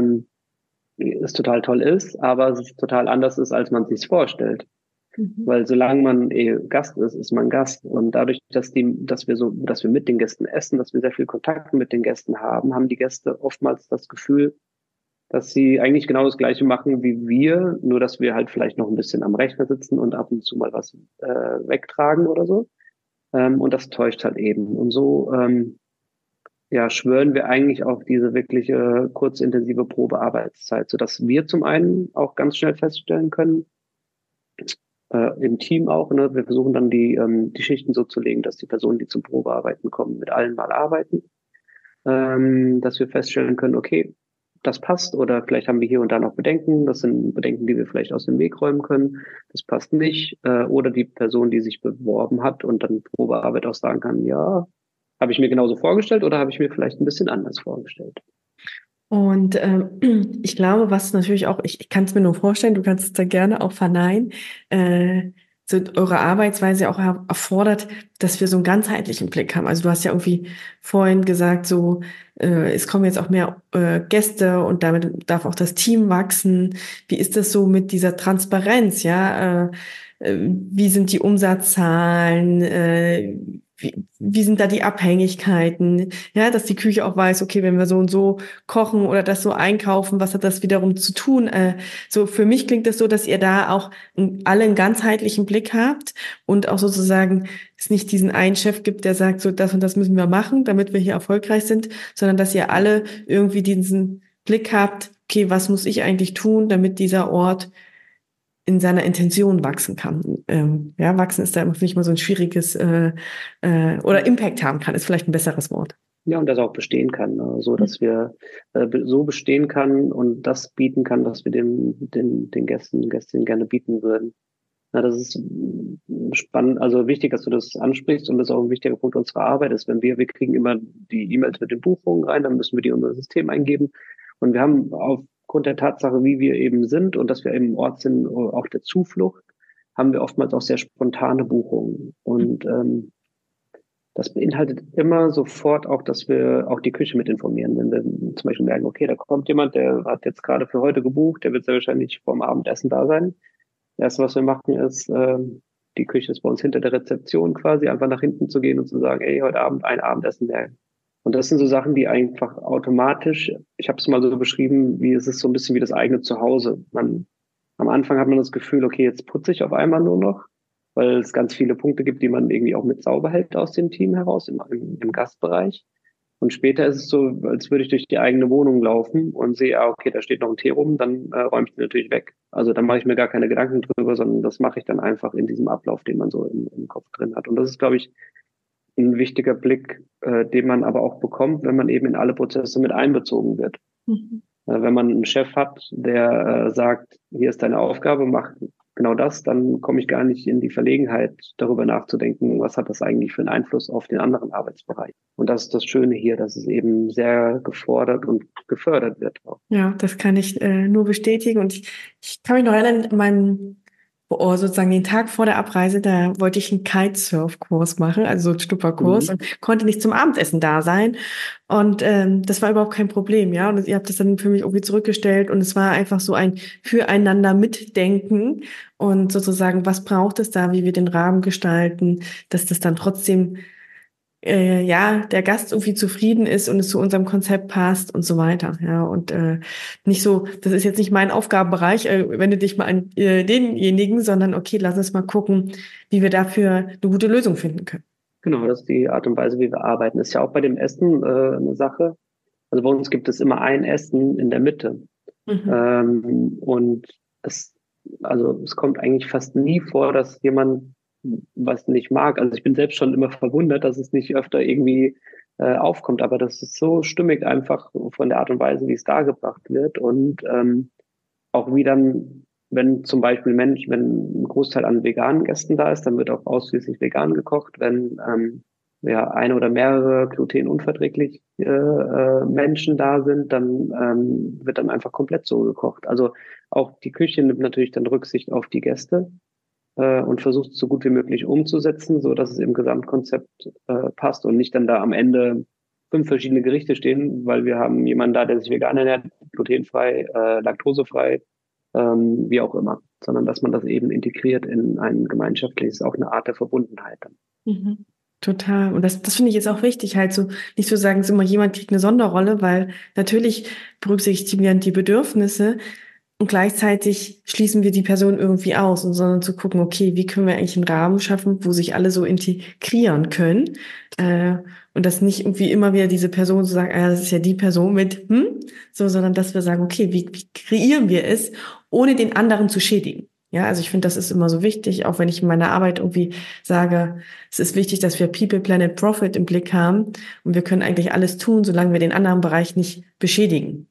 es total toll ist, aber es ist total anders ist, als man sich vorstellt. Mhm. Weil solange man Gast ist, ist man Gast. Und dadurch, dass wir mit den Gästen essen, dass wir sehr viel Kontakt mit den Gästen haben, haben die Gäste oftmals das Gefühl, dass sie eigentlich genau das Gleiche machen wie wir, nur dass wir halt vielleicht noch ein bisschen am Rechner sitzen und ab und zu mal was wegtragen oder so. Und das täuscht halt eben. Und so ja, schwören wir eigentlich auf diese wirkliche kurzintensive Probearbeitszeit, sodass wir zum einen auch ganz schnell feststellen können, im Team auch, ne, wir versuchen dann die Schichten so zu legen, dass die Personen, die zum Probearbeiten kommen, mit allen mal arbeiten, dass wir feststellen können, okay, das passt, oder vielleicht haben wir hier und da noch Bedenken, das sind Bedenken, die wir vielleicht aus dem Weg räumen können, das passt nicht, oder die Person, die sich beworben hat und dann Probearbeit auch sagen kann, ja, habe ich mir genauso vorgestellt oder habe ich mir vielleicht ein bisschen anders vorgestellt. Und ich glaube, was natürlich auch, ich kann es mir nur vorstellen, du kannst es da gerne auch verneinen, so eure Arbeitsweise auch erfordert, dass wir so einen ganzheitlichen Blick haben. Also du hast ja irgendwie vorhin gesagt, so es kommen jetzt auch mehr Gäste und damit darf auch das Team wachsen. Wie ist das so mit dieser Transparenz, ja? Wie sind die Umsatzzahlen? Wie sind da die Abhängigkeiten? Ja, dass die Küche auch weiß, okay, wenn wir so und so kochen oder das so einkaufen, was hat das wiederum zu tun? So für mich klingt das so, dass ihr da auch alle einen ganzheitlichen Blick habt und auch sozusagen es nicht diesen einen Chef gibt, der sagt, so das und das müssen wir machen, damit wir hier erfolgreich sind, sondern dass ihr alle irgendwie diesen Blick habt, okay, was muss ich eigentlich tun, damit dieser Ort in seiner Intention wachsen kann. Ja, wachsen ist da immer nicht mal so ein schwieriges oder Impact haben kann, ist vielleicht ein besseres Wort. Ja, und das auch bestehen kann, ne? So dass wir so bestehen kann und das bieten kann, was wir den Gästen und Gästinnen gerne bieten würden. Na, das ist spannend, also wichtig, dass du das ansprichst, und das ist auch ein wichtiger Punkt unserer Arbeit ist, wenn wir kriegen immer die E-Mails mit den Buchungen rein, dann müssen wir die in unser System eingeben, und wir haben aufgrund der Tatsache, wie wir eben sind und dass wir im Ort sind, auch der Zuflucht, haben wir oftmals auch sehr spontane Buchungen, und das beinhaltet immer sofort auch, dass wir auch die Küche mit informieren. Wenn wir zum Beispiel merken, okay, da kommt jemand, der hat jetzt gerade für heute gebucht, der wird sehr wahrscheinlich vorm Abendessen da sein. Das Erste, was wir machen, ist, die Küche ist bei uns hinter der Rezeption quasi, einfach nach hinten zu gehen und zu sagen, ey, heute Abend ein Abendessen mehr. Und das sind so Sachen, die einfach automatisch ich habe es mal so beschrieben, wie es ist so ein bisschen wie das eigene Zuhause. Am Anfang hat man das Gefühl, okay, jetzt putze ich auf einmal nur noch, weil es ganz viele Punkte gibt, die man irgendwie auch mit sauber hält aus dem Team heraus, im Gastbereich. Und später ist es so, als würde ich durch die eigene Wohnung laufen und sehe, okay, da steht noch ein Tee rum, dann räume ich den natürlich weg. Also dann mache ich mir gar keine Gedanken drüber, sondern das mache ich dann einfach in diesem Ablauf, den man so im Kopf drin hat. Und das ist, glaube ich, ein wichtiger Blick, den man aber auch bekommt, wenn man eben in alle Prozesse mit einbezogen wird. Mhm. Wenn man einen Chef hat, der sagt, hier ist deine Aufgabe, mach genau das, dann komme ich gar nicht in die Verlegenheit, darüber nachzudenken, was hat das eigentlich für einen Einfluss auf den anderen Arbeitsbereich. Und das ist das Schöne hier, dass es eben sehr gefordert und gefördert wird. Ja, das kann ich nur bestätigen. Und ich kann mich noch erinnern, in meinem, sozusagen den Tag vor der Abreise, da wollte ich einen Kitesurf-Kurs machen, also so einen Schnupperkurs, Mhm. und konnte nicht zum Abendessen da sein. Und das war überhaupt kein Problem, ja. Und ihr habt das dann für mich irgendwie zurückgestellt und es war einfach so ein Füreinander mitdenken und sozusagen, was braucht es da, wie wir den Rahmen gestalten, dass das dann trotzdem ja, der Gast irgendwie zufrieden ist und es zu unserem Konzept passt und so weiter. Ja, und nicht so, das ist jetzt nicht mein Aufgabenbereich, wende dich mal an denjenigen, sondern okay, lass uns mal gucken, wie wir dafür eine gute Lösung finden können. Genau, das ist die Art und Weise, wie wir arbeiten. Ist ja auch bei dem Essen eine Sache. Also bei uns gibt es immer ein Essen in der Mitte. Mhm. Und es kommt eigentlich fast nie vor, dass jemand was nicht mag. Also ich bin selbst schon immer verwundert, dass es nicht öfter irgendwie aufkommt, aber das ist so stimmig einfach von der Art und Weise, wie es dargebracht wird und auch wie dann, wenn zum Beispiel wenn ein Großteil an veganen Gästen da ist, dann wird auch ausschließlich vegan gekocht. Wenn ja eine oder mehrere glutenunverträglich Menschen da sind, dann wird dann einfach komplett so gekocht. Also auch die Küche nimmt natürlich dann Rücksicht auf die Gäste und versucht es so gut wie möglich umzusetzen, so dass es im Gesamtkonzept passt und nicht dann da am Ende 5 verschiedene Gerichte stehen, weil wir haben jemanden da, der sich vegan ernährt, glutenfrei, laktosefrei, wie auch immer, sondern dass man das eben integriert in ein gemeinschaftliches, auch eine Art der Verbundenheit dann. Mhm. Total. Und das finde ich jetzt auch wichtig, halt so nicht so sagen, so mal jemand kriegt eine Sonderrolle, weil natürlich berücksichtigen wir die Bedürfnisse und gleichzeitig schließen wir die Person irgendwie aus, und sondern zu gucken, okay, wie können wir eigentlich einen Rahmen schaffen, wo sich alle so integrieren können, äh, und dass nicht irgendwie immer wieder diese Person so sagt, das ist ja die Person mit, so, sondern dass wir sagen, okay, wie kreieren wir es, ohne den anderen zu schädigen. Ja, also ich finde, das ist immer so wichtig, auch wenn ich in meiner Arbeit irgendwie sage, es ist wichtig, dass wir People, Planet, Profit im Blick haben und wir können eigentlich alles tun, solange wir den anderen Bereich nicht beschädigen.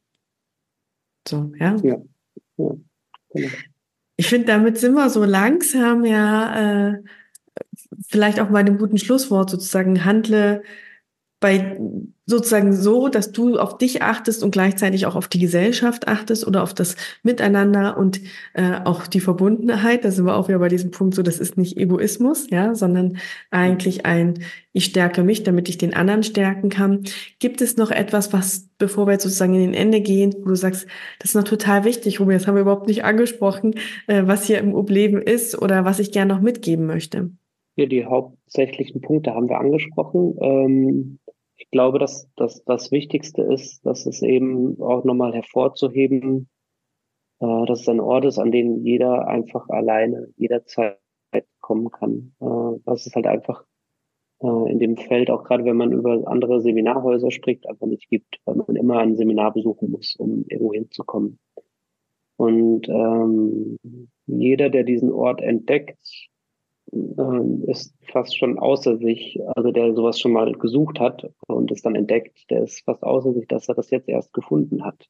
So, ja. Ja, ja, genau. Ich finde, damit sind wir so langsam ja vielleicht auch bei einem guten Schlusswort sozusagen, handle bei sozusagen so, dass du auf dich achtest und gleichzeitig auch auf die Gesellschaft achtest oder auf das Miteinander und auch die Verbundenheit. Da sind wir auch wieder bei diesem Punkt so, das ist nicht Egoismus, ja, sondern eigentlich ich stärke mich, damit ich den anderen stärken kann. Gibt es noch etwas, was, bevor wir jetzt sozusagen in den Ende gehen, wo du sagst, das ist noch total wichtig, Ruby, das haben wir überhaupt nicht angesprochen, was hier im Leben ist oder was ich gerne noch mitgeben möchte? Hier die hauptsächlichen Punkte haben wir angesprochen. Ich glaube, dass das Wichtigste ist, dass es eben auch nochmal hervorzuheben, dass es ein Ort ist, an den jeder einfach alleine jederzeit kommen kann. Was es halt einfach in dem Feld, auch gerade wenn man über andere Seminarhäuser spricht, einfach nicht gibt, weil man immer ein Seminar besuchen muss, um irgendwo hinzukommen. Und jeder, der diesen Ort entdeckt, ist fast schon außer sich, also der sowas schon mal gesucht hat und es dann entdeckt, der ist fast außer sich, dass er das jetzt erst gefunden hat.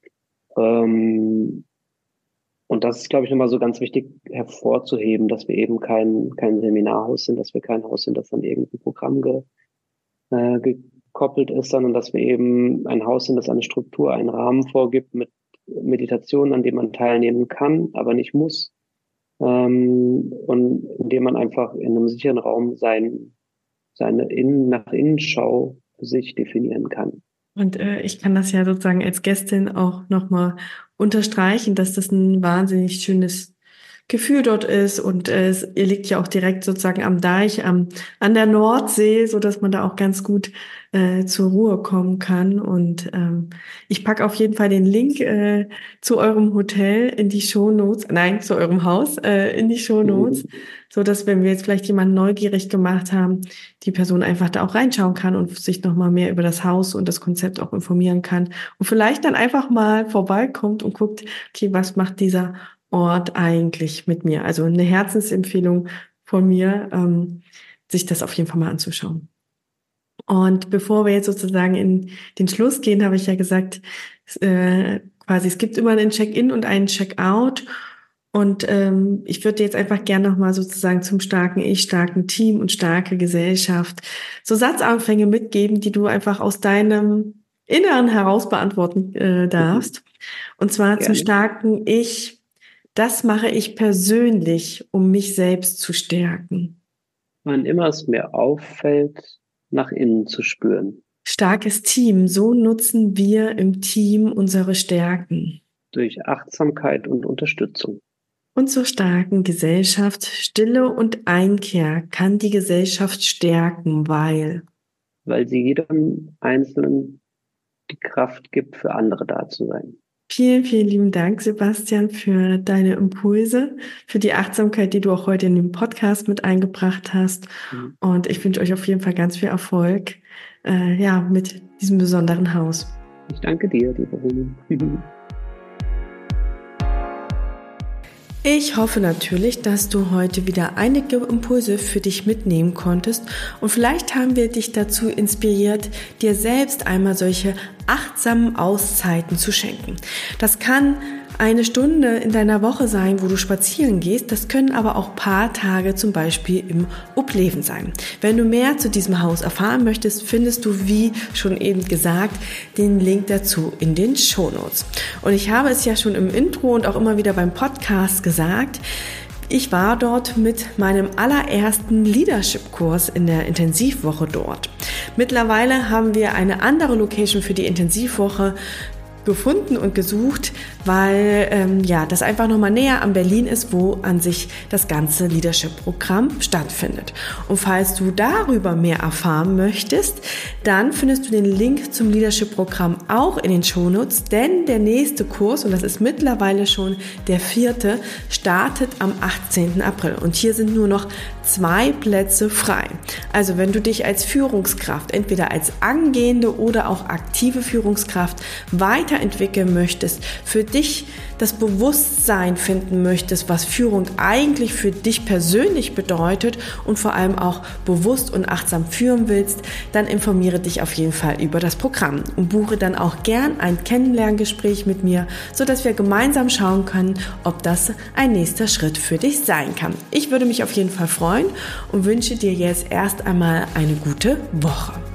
Und das ist, glaube ich, nochmal so ganz wichtig hervorzuheben, dass wir eben kein Seminarhaus sind, dass wir kein Haus sind, das an irgendein Programm gekoppelt ist, sondern dass wir eben ein Haus sind, das eine Struktur, einen Rahmen vorgibt mit Meditationen, an dem man teilnehmen kann, aber nicht muss. Und indem man einfach in einem sicheren Raum seine nach Innenschau für sich definieren kann. Und ich kann das ja sozusagen als Gästin auch nochmal unterstreichen, dass das ein wahnsinnig schönes Gefühl dort ist. Und ihr liegt ja auch direkt sozusagen am Deich, an der Nordsee, so dass man da auch ganz gut zur Ruhe kommen kann. Und ich packe auf jeden Fall den Link zu eurem Hotel in die Shownotes, nein, zu eurem Haus in die Shownotes, so dass, wenn wir jetzt vielleicht jemanden neugierig gemacht haben, die Person einfach da auch reinschauen kann und sich nochmal mehr über das Haus und das Konzept auch informieren kann und vielleicht dann einfach mal vorbeikommt und guckt, okay, was macht dieser Ort eigentlich mit mir? Also eine Herzensempfehlung von mir, sich das auf jeden Fall mal anzuschauen. Und bevor wir jetzt sozusagen in den Schluss gehen, habe ich ja gesagt, quasi es gibt immer einen Check-in und einen Check-out. Und ich würde jetzt einfach gerne nochmal sozusagen zum starken Ich, starken Team und starke Gesellschaft so Satzanfänge mitgeben, die du einfach aus deinem Inneren heraus beantworten darfst. Und zwar Gerne. zum starken Ich: Das mache ich persönlich, um mich selbst zu stärken. Wann immer es mir auffällt, nach innen zu spüren. Starkes Team: So nutzen wir im Team unsere Stärken. Durch Achtsamkeit und Unterstützung. Und zur starken Gesellschaft: Stille und Einkehr kann die Gesellschaft stärken, weil sie jedem Einzelnen die Kraft gibt, für andere da zu sein. Vielen, vielen lieben Dank, Sebastian, für deine Impulse, für die Achtsamkeit, die du auch heute in den Podcast mit eingebracht hast. Und ich wünsche euch auf jeden Fall ganz viel Erfolg, mit diesem besonderen Haus. Ich danke dir, liebe Rumi. Ich hoffe natürlich, dass du heute wieder einige Impulse für dich mitnehmen konntest und vielleicht haben wir dich dazu inspiriert, dir selbst einmal solche achtsamen Auszeiten zu schenken. Das kann eine Stunde in deiner Woche sein, wo du spazieren gehst. Das können aber auch paar Tage zum Beispiel im Upleven sein. Wenn du mehr zu diesem Haus erfahren möchtest, findest du, wie schon eben gesagt, den Link dazu in den Shownotes. Und ich habe es ja schon im Intro und auch immer wieder beim Podcast gesagt, ich war dort mit meinem allerersten Leadership-Kurs in der Intensivwoche dort. Mittlerweile haben wir eine andere Location für die Intensivwoche gefunden und gesucht, weil das einfach nochmal näher an Berlin ist, wo an sich das ganze Leadership-Programm stattfindet. Und falls du darüber mehr erfahren möchtest, dann findest du den Link zum Leadership-Programm auch in den Shownotes, denn der nächste Kurs, und das ist mittlerweile schon der 4., startet am 18. April. Und hier sind nur noch 2 Plätze frei. Also wenn du dich als Führungskraft, entweder als angehende oder auch aktive Führungskraft weiterentwickeln möchtest, für dich das Bewusstsein finden möchtest, was Führung eigentlich für dich persönlich bedeutet und vor allem auch bewusst und achtsam führen willst, dann informiere dich auf jeden Fall über das Programm und buche dann auch gern ein Kennenlerngespräch mit mir, sodass wir gemeinsam schauen können, ob das ein nächster Schritt für dich sein kann. Ich würde mich auf jeden Fall freuen und wünsche dir jetzt erst einmal eine gute Woche.